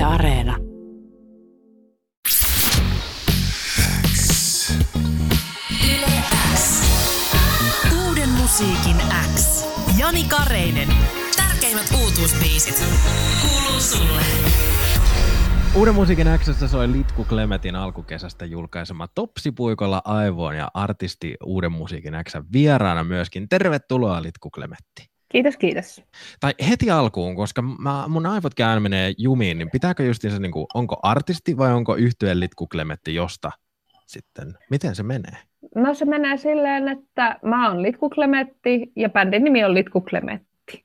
Areena. Yle X. Uuden musiikin X. Jani Kareinen. Tärkeimmät uutuusbiisit. Kuuluu sulle. Uuden musiikin X:ssä soi Litku Klemetin alkukesästä julkaisema Topsipuikolla aivoon ja artisti Uuden musiikin X:n vieraana myöskin. Tervetuloa Litku Klemetti. Kiitos, kiitos. Tai heti alkuun, koska mun aivotkin aina menee jumiin, niin pitääkö justiinsa, niin kuin, onko artisti vai onko yhtyeen Litku Klemetti josta sitten? Miten se menee? No se menee silleen, että mä oon Litku Klemetti ja bändin nimi on Litku Klemetti.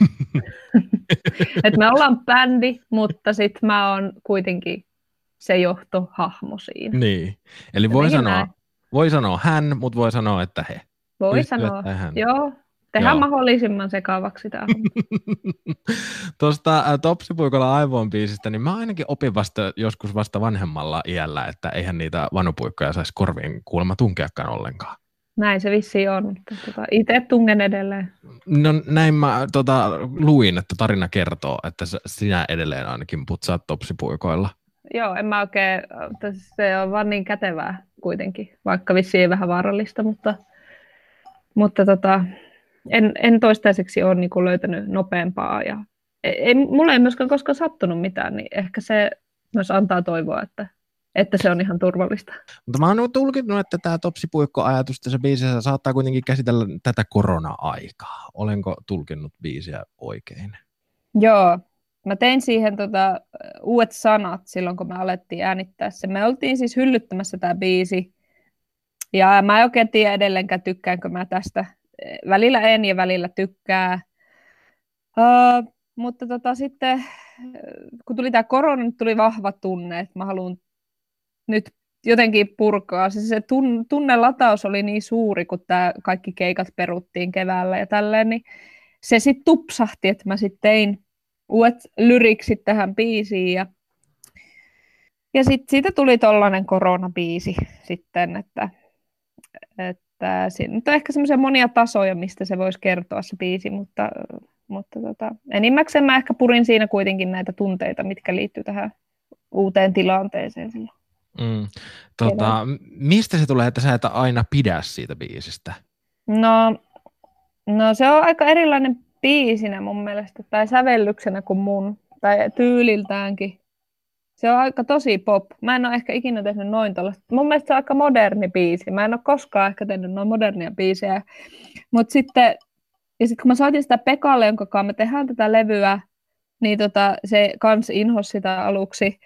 Että me ollaan bändi, mutta sit mä oon kuitenkin se johtohahmo siinä. Niin, eli voi sanoa hän, mutta voi sanoa, että he. Voi Yhtyä sanoa, tai hän. joo. Tehdään mahdollisimman sekaavaksi tämä Tuosta Topsipuikolla aivoon biisistä, niin mä ainakin opin joskus vasta vanhemmalla iällä, että eihän niitä vanupuikkoja saisi korviin kuulemma tunkeakaan ollenkaan. Näin se vissiin on, mutta itse tungen edelleen. No näin mä luin, että tarina kertoo, että sinä edelleen ainakin putsaat Topsipuikoilla. Joo, en mä oikein, se on vaan niin kätevää kuitenkin, vaikka vissiin vähän vaarallista, mutta en toistaiseksi ole niin kuin löytänyt nopeampaa ja mulle ei myöskään koskaan sattunut mitään, niin ehkä se myös antaa toivoa, että se on ihan turvallista. Mutta mä oon tulkinnut, että tämä Topsipuikko-ajatus tässä biisissä saattaa kuitenkin käsitellä tätä korona-aikaa. Olenko tulkinnut biisiä oikein? Joo, mä tein siihen uudet sanat silloin, kun me alettiin äänittää se. Me oltiin siis hyllyttämässä tämä biisi ja mä en oikein tiedä edelleenkään tykkäänkö mä tästä. Välillä en ja välillä tykkää. Mutta sitten kun tuli tämä korona, niin tuli vahva tunne, että mä haluan nyt jotenkin purkaa. Se tunnelataus oli niin suuri, kun tämä kaikki keikat peruttiin keväällä ja tälleen, niin se sitten tupsahti, että mä sitten tein uudet lyriksit tähän biisiin ja sitten siitä tuli tollainen koronabiisi sitten, että siinä nyt on ehkä semmoisia monia tasoja, mistä se voisi kertoa se biisi, mutta enimmäkseen mä ehkä purin siinä kuitenkin näitä tunteita, mitkä liittyy tähän uuteen tilanteeseen silloin. Mistä se tulee, että sä et aina pidä siitä biisistä? No se on aika erilainen biisinä mun mielestä, tai sävellyksenä kuin mun, tai tyyliltäänkin. Se on aika tosi pop. Mä en ole ehkä ikinä tehnyt noin tuollaista. Mun mielestä se on aika moderni biisi. Mä en ole koskaan ehkä tehnyt noin modernia biisejä. Mutta sitten kun mä soitin sitä Pekalle, jonka kanssa me tehdään tätä levyä, niin se kans inhosi sitä aluksi.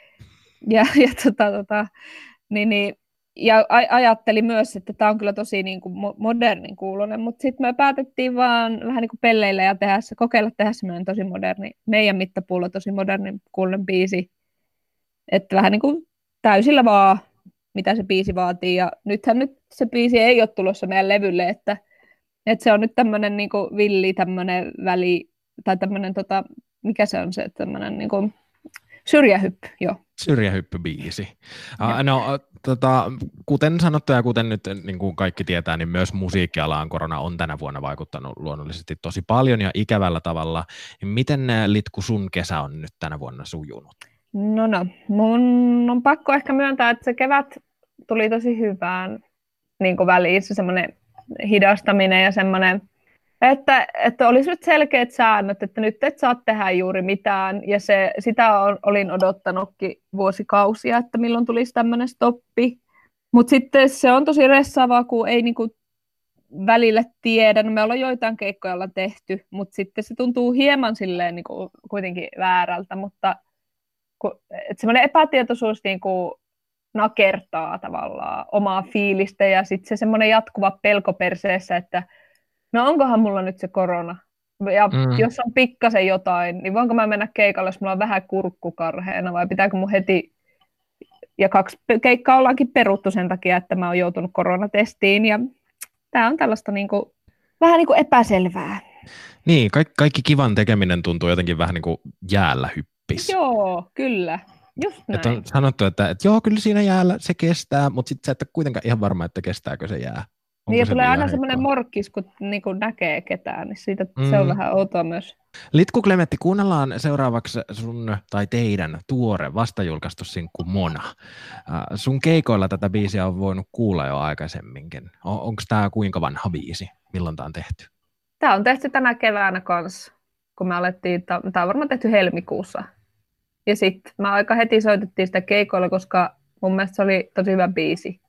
Ja ajatteli myös, että tämä on kyllä tosi niin kuin modernin kuulonen. Mutta sitten me päätettiin vaan vähän niin kuin pelleillä ja kokeilla tehdä semmoinen tosi moderni, meidän mittapuulla tosi modernin kuulonen biisi. Että vähän niin kuin täysillä vaan, mitä se biisi vaatii. Ja nythän se biisi ei ole tulossa meidän levylle, että se on nyt tämmöinen niin kuin villi, tämmöinen väli, tai tämmöinen, mikä se on se, tämmöinen niin kuin syrjähyppy, joo. Syrjähyppybiisi. Kuten sanottu ja kuten nyt niin kuin kaikki tietää, niin myös musiikkialaan korona on tänä vuonna vaikuttanut luonnollisesti tosi paljon ja ikävällä tavalla. Miten Litku sun kesä on nyt tänä vuonna sujunut? No, mun on pakko ehkä myöntää, että se kevät tuli tosi hyvään niin kuin väliin, se semmoinen hidastaminen ja semmoinen, että olisi nyt selkeät säännöt, että nyt et saa tehdä juuri mitään, ja sitä olin odottanutkin vuosikausia, että milloin tulisi tämmöinen stoppi, mutta sitten se on tosi ressaavaa, kun ei niinku välillä tiedä, no me ollaan joitain keikkoja ollaan tehty, mutta sitten se tuntuu hieman silleen niinku kuitenkin väärältä, mutta semmoinen epätietoisuus niinku nakertaa tavallaan omaa fiilistä ja sitten se semmoinen jatkuva pelko perseessä, että no onkohan mulla nyt se korona ja jos on pikkasen jotain, niin voinko mä mennä keikalle, jos mulla on vähän kurkkukarheena vai pitääkö mun heti, ja 2 keikkaa ollaankin peruttu sen takia, että mä oon joutunut koronatestiin ja tää on tällaista niinku, vähän niin kuin epäselvää. Niin, kaikki kivan tekeminen tuntuu jotenkin vähän niin kuin jäällä hyppis. Joo, kyllä. Just näin. Että on sanottu, että joo, kyllä siinä jäällä se kestää, mutta sitten sä et ole kuitenkaan ihan varma, että kestääkö se jää. Niin, tulee aina semmoinen morkkis, kun niinku näkee ketään, niin siitä se on vähän outoa myös. Litku Klemetti, kuunnellaan seuraavaksi sun tai teidän tuore vastajulkaistu sinkku Mona. Sun keikoilla tätä biisiä on voinut kuulla jo aikaisemminkin. Onko tämä kuinka vanha biisi? Milloin tämä on tehty? Tämä on tehty tänä keväänä kanssa, kun me alettiin, tämä on varmaan tehty helmikuussa. Ja sitten me aika heti soitettiin sitä keikoilla, koska mun mielestä se oli tosi hyvä biisi.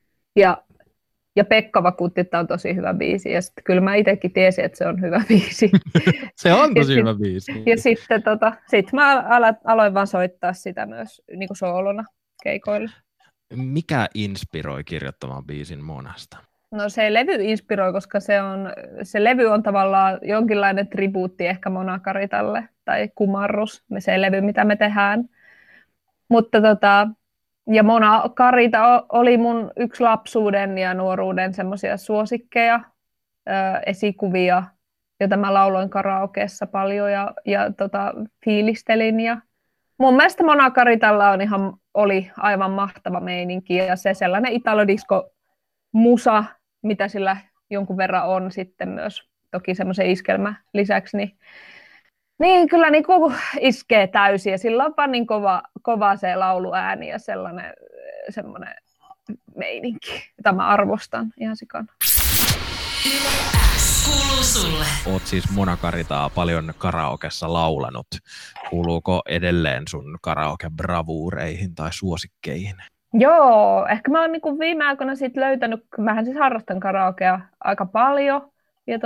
Ja Pekka vakuutti, että on tosi hyvä biisi. Ja sitten kyllä mä itsekin tiesin, että se on hyvä biisi. Se on tosi hyvä biisi. Ja sitten sit mä aloin vaan soittaa sitä myös niin kuin soolona keikoilla. Mikä inspiroi kirjoittamaan biisin Monasta? No se levy inspiroi, koska se levy on tavallaan jonkinlainen tribuutti ehkä Mona Karitalle tai kumarrus, se levy, mitä me tehdään. Mutta ja Mona Karita oli mun yksi lapsuuden ja nuoruuden semmoisia suosikkeja, esikuvia, joita mä lauloin karaokeessa paljon ja fiilistelin. Ja mun mielestä Mona Karitalla oli aivan mahtava meininki ja se sellainen italodisko-musa, mitä sillä jonkun verran on sitten myös toki semmoisen iskelmän lisäksi, niin kyllä niin kuin iskee täysin ja sillä on vaan niin kova se lauluääni ja semmoinen meininki, jota mä arvostan ihan sikana. Yle X kuuluu sulle. Oot siis Mona Karitaa paljon karaokessa laulanut. Kuuluuko edelleen sun karaoke-bravuureihin tai suosikkeihin? Joo, ehkä mä oon niin kuin viime aikoina siitä löytänyt, mähän siis harrastan karaokea aika paljon ja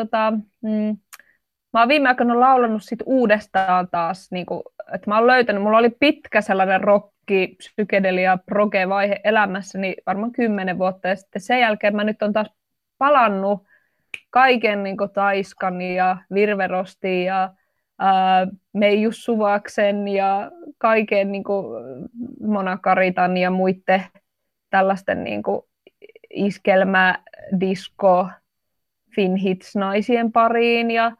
mä oon viime aikoina laulanut sit uudestaan taas, niin kuin, että mä oon löytänyt, mulla oli pitkä sellainen rokki, psykedelia, proge-vaihe elämässäni varmaan 10 vuotta, ja sitten sen jälkeen mä nyt on taas palannut kaiken niin kuin Taiskan ja Virverostin ja Meiju Suvaksen ja kaiken niin kuin Mona Karitan ja muiden tällaisten niin kuin iskelmä, disco, finhits naisien pariin ja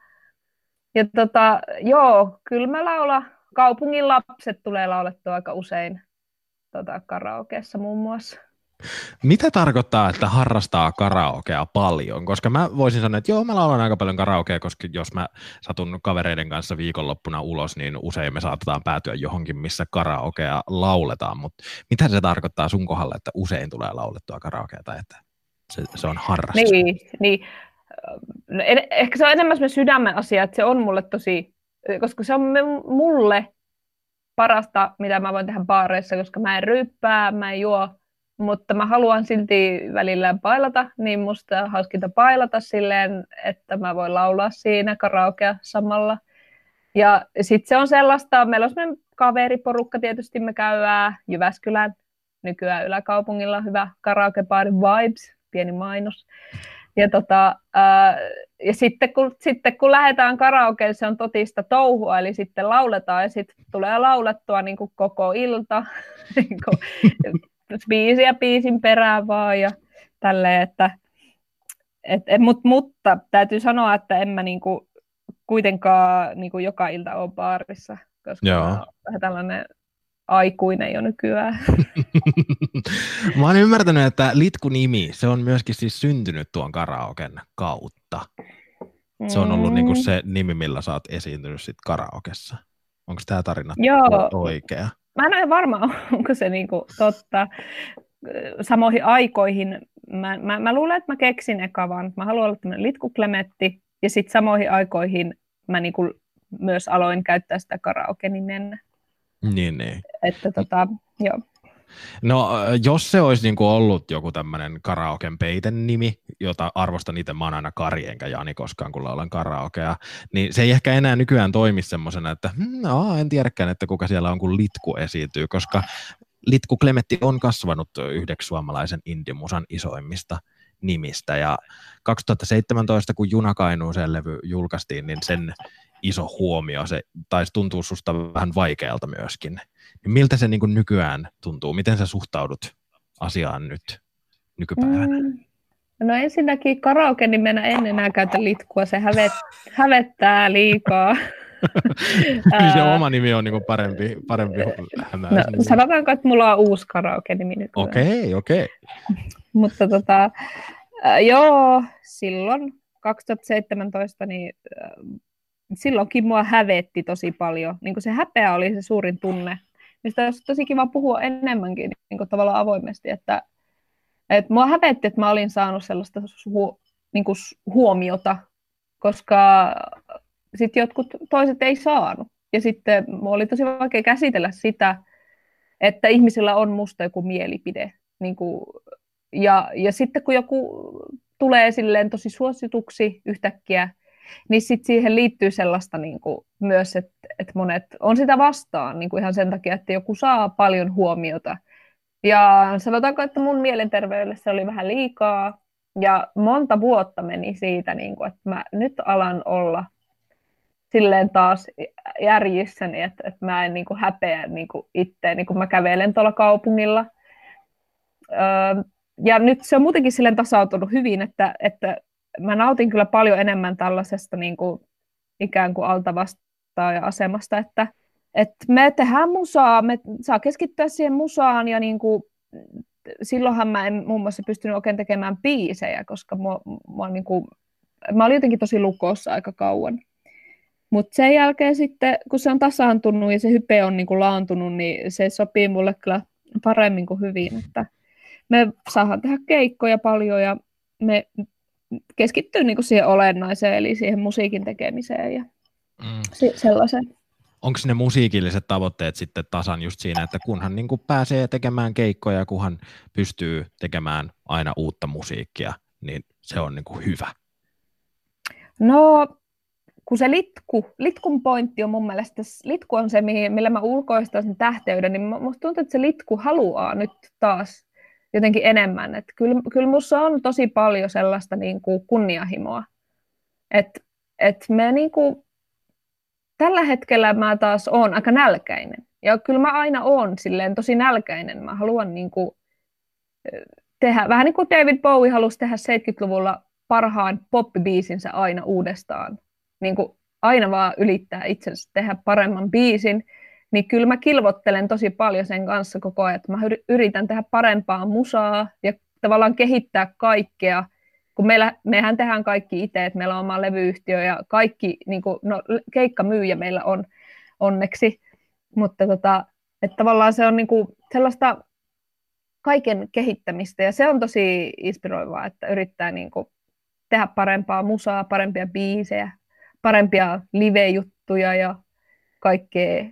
joo, kyllä mä laulan. Kaupungin lapset tulee laulettua aika usein karaokeessa muun muassa. Mitä tarkoittaa, että harrastaa karaokea paljon? Koska mä voisin sanoa, että joo, mä laulan aika paljon karaokea, koska jos mä satun kavereiden kanssa viikonloppuna ulos, niin usein me saatetaan päätyä johonkin, missä karaokea lauletaan. Mutta mitä se tarkoittaa sun kohdalla, että usein tulee laulettua karaokea tai että se on harrastus? Niin. No, ehkä se on enemmän semmoinen sydämen asia, että se on mulle tosi, koska se on mulle parasta, mitä mä voin tehdä baareissa, koska mä en ryyppää, mä en juo, mutta mä haluan silti välillä bailata, niin musta on hauskinta bailata silleen, että mä voin laulaa siinä karaokea samalla. Ja sitten se on sellaista, meillä on semmoinen kaveriporukka tietysti, me käydään Jyväskylän, nykyään Yläkaupungilla hyvä karaokebaari Vibes, pieni mainos. Ja sitten kun lähdetään karaokeen, se on totista touhua, eli sitten lauletaan ja sitten tulee laulettua niin kuin koko ilta, niin kuin biisiä biisin perään vaan ja tälleen, mutta täytyy sanoa, että en mä niin kuin kuitenkaan niin kuin joka ilta ole baarissa, koska mä oon vähän tällainen aikuinen jo nykyään. Mä oon ymmärtänyt, että Litku-nimi, se on myöskin siis syntynyt tuon karaoken kautta. Se on ollut niinku se nimi, millä sä oot esiintynyt sit karaokessa. Onko tää tarina oikea? Mä en ole varma, onko se niinku totta. Samoihin aikoihin, mä luulen, että mä keksin eka vaan, mä haluan olla tämmönen Litku Klemetti, ja sitten samoihin aikoihin mä niinku myös aloin käyttää sitä karaoke-nimen. Niin. Että joo. No, jos se olisi niinku ollut joku tämmöinen karaoken peiten nimi, jota arvostan itse, mä oon aina Kari enkä Jani koskaan, kun laulan karaokea, niin se ei ehkä enää nykyään toimi semmosena, että en tiedäkään, että kuka siellä on, kun Litku esiintyy, koska Litku Klemetti on kasvanut yhdeksi suomalaisen indie-musan isoimmista nimistä, ja 2017, kun Juna Kainuuseen levy julkaistiin, niin sen iso huomio, se taisi tuntua susta vähän vaikealta myöskin. Miltä se niin kuin nykyään tuntuu? Miten sä suhtaudut asiaan nyt nykypäivänä? No ensinnäkin karaoke-nimenä en enää käytä Litkua, se hävettää liikaa. Se oma nimi on niin kuin parempi hämäys. No, sanotaanko, että mulla on uusi karaoke-nimi nykyään. Okei. Mutta Joo, silloin 2017, niin silloinkin mua hävetti tosi paljon. Niin kuin se häpeä oli se suurin tunne. Mistä olisi tosi kiva puhua enemmänkin niin kuin tavallaan avoimesti, että mua hävetti, että mä olin saanut sellaista niin kuin huomiota, koska sitten jotkut toiset ei saanut. Ja sitten mulla oli tosi vaikea käsitellä sitä, että ihmisillä on musta joku mielipide. Niin kuin, ja sitten kun joku tulee silleen tosi suosituksi yhtäkkiä, niin sitten siihen liittyy sellaista niin kuin myös, että monet on sitä vastaan niin kuin ihan sen takia, että joku saa paljon huomiota. Ja sanotaanko, että mun mielenterveydelle se oli vähän liikaa, ja monta vuotta meni siitä, niin kuin, että mä nyt alan olla silleen taas järjissäni, että mä en niin kuin häpeä niin kuin itteeni, kun mä kävelen tuolla kaupungilla. Ja nyt se on muutenkin silleen tasautunut hyvin, että mä nautin kyllä paljon enemmän tällaisesta niin kuin ikään kuin altavastaaja-asemasta, että me tehdään musaa, me saa keskittyä siihen musaan, ja niin kuin, silloinhan mä en muun muassa pystynyt oikein tekemään biisejä, koska niin kuin, mä olin jotenkin tosi lukossa aika kauan. Mutta sen jälkeen sitten, kun se on tasaantunut ja se hype on niin kuin laantunut, niin se sopii mulle kyllä paremmin kuin hyvin, että me saadaan tehdä keikkoja paljon ja me keskittyy niin kuin siihen olennaiseen, eli siihen musiikin tekemiseen ja sellaiseen. Onko ne musiikilliset tavoitteet sitten tasan just siinä, että kunhan niin kuin pääsee tekemään keikkoja ja kunhan pystyy tekemään aina uutta musiikkia, niin se on niin kuin hyvä? No, kun se litkun pointti on mun mielestä, litku on se, millä mä ulkoistan sen tähteyden, niin musta tuntuu, että se litku haluaa nyt taas jotenkin enemmän. Että kyllä musta on tosi paljon sellaista niin kuin kunnianhimoa. Että me niin kuin, tällä hetkellä mä taas oon aika nälkäinen. Ja kyllä mä aina oon silleen tosi nälkäinen. Mä haluan niin kuin tehdä, vähän niin kuin David Bowie halusi tehdä 70-luvulla parhaan pop-biisinsä aina uudestaan. Niin kuin aina vaan ylittää itsensä tehdä paremman biisin. Niin kyllä mä kilvottelen tosi paljon sen kanssa koko ajan. Että mä yritän tehdä parempaa musaa ja tavallaan kehittää kaikkea. Kun mehän tehdään kaikki itse, että meillä on oma levyyhtiö ja kaikki, niin kuin, no, keikkamyyjä meillä on onneksi, mutta että tavallaan se on niin kuin sellaista kaiken kehittämistä ja se on tosi inspiroivaa, että yrittää niin kuin tehdä parempaa musaa, parempia biisejä, parempia live-juttuja ja kaikkea.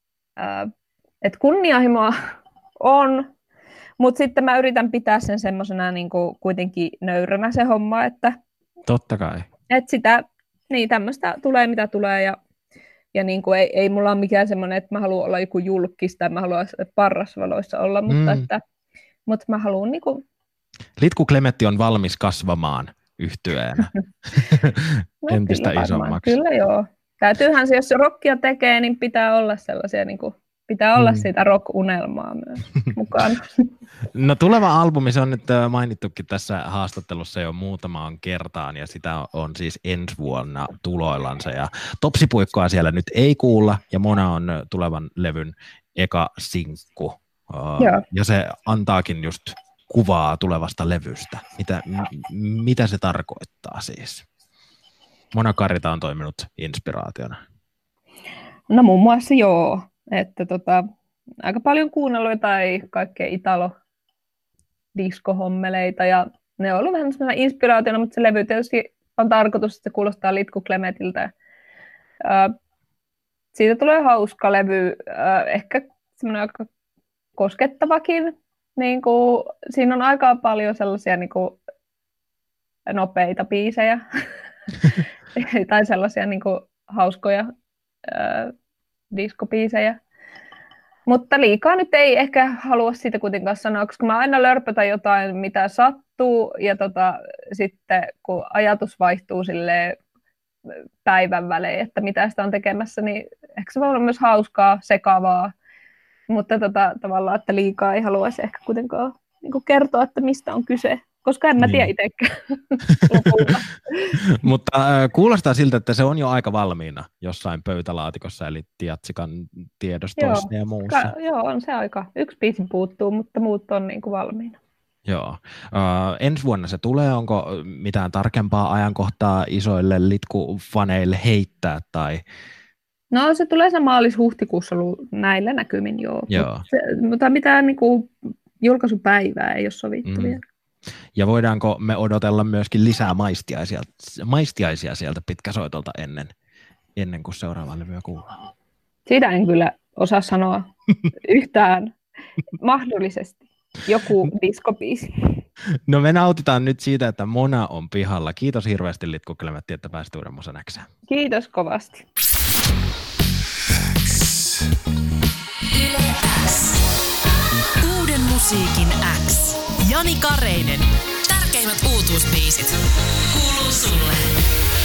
Että kunnianhimoa on. Mutta sitten mä yritän pitää sen semmoisena niin kuitenkin nöyränä se homma, että totta kai. Että sitä, niin tämmöistä tulee mitä tulee ja niin kuin ei mulla ole mikään semmoinen, että mä haluan olla joku julkis tai mä haluan Parrasvaloissa olla, mutta mä haluan niin kuin... Litku Klemetti on valmis kasvamaan yhtyeenä entistä isommaksi. Kyllä joo. Täytyyhän se, jos rockia tekee, niin pitää olla sellaisia niin kuin pitää olla sitä rock-unelmaa myös mukana. No tuleva albumi, se on nyt mainittukin tässä haastattelussa jo muutamaan kertaan, ja sitä on siis ensi vuonna tuloillansa, ja Topsipuikkoa siellä nyt ei kuulla, ja Mona on tulevan levyn eka sinkku, ja se antaakin just kuvaa tulevasta levystä. Mitä se tarkoittaa siis? Mona Karita on toiminut inspiraationa. No muun muassa joo. Että aika paljon kuunnellut tai kaikkea italo-diskohommeleita ja ne on ollut vähän semmoinen inspiraationa, mutta se levy tietysti on tarkoitus, että se kuulostaa Litku Klemetiltä. Siitä tulee hauska levy, ehkä semmoinen aika koskettavakin. Niin kuin, siinä on aika paljon sellaisia niin kuin nopeita biisejä tai sellaisia niin kuin hauskoja diskobiisejä. Mutta liikaa nyt ei ehkä halua siitä kuitenkaan sanoa, koska mä aina lörpötän jotain, mitä sattuu, ja sitten kun ajatus vaihtuu silleen päivän välein, että mitä sitä on tekemässä, niin ehkä se voi olla myös hauskaa, sekavaa, mutta tavallaan, että liikaa ei haluaisi ehkä kuitenkaan niin kuin kertoa, että mistä on kyse. Koska en mä tiedä itsekään lopulta. Mutta kuulostaa siltä, että se on jo aika valmiina jossain pöytälaatikossa, eli Tiatsikan tiedostoissa ja muussa. Joo, on se aika. Yksi biisi puuttuu, mutta muut on niin kuin valmiina. Joo. Ensi vuonna se tulee, onko mitään tarkempaa ajankohtaa isoille litkufaneille heittää tai... No se tulee se maalis-huhtikuussa näillä näkymin, joo. Joo. Mutta mitään niin kuin, julkaisupäivää ei ole sovittu vielä. Ja voidaanko me odotella myöskin lisää maistiaisia sieltä pitkäsoitolta ennen kuin seuraavaa levyä kuullaan? Sitä en kyllä osaa sanoa yhtään. Mahdollisesti. Joku diskobiisi. No me nautitaan nyt siitä, että Mona on pihalla. Kiitos hirveästi Litku Klemetti, että pääsit uuden musan X:ään. Kiitos kovasti. Uuden musiikin X. Jani Kareinen. Tärkeimmät uutuusbiisit. Kuuluu sulle.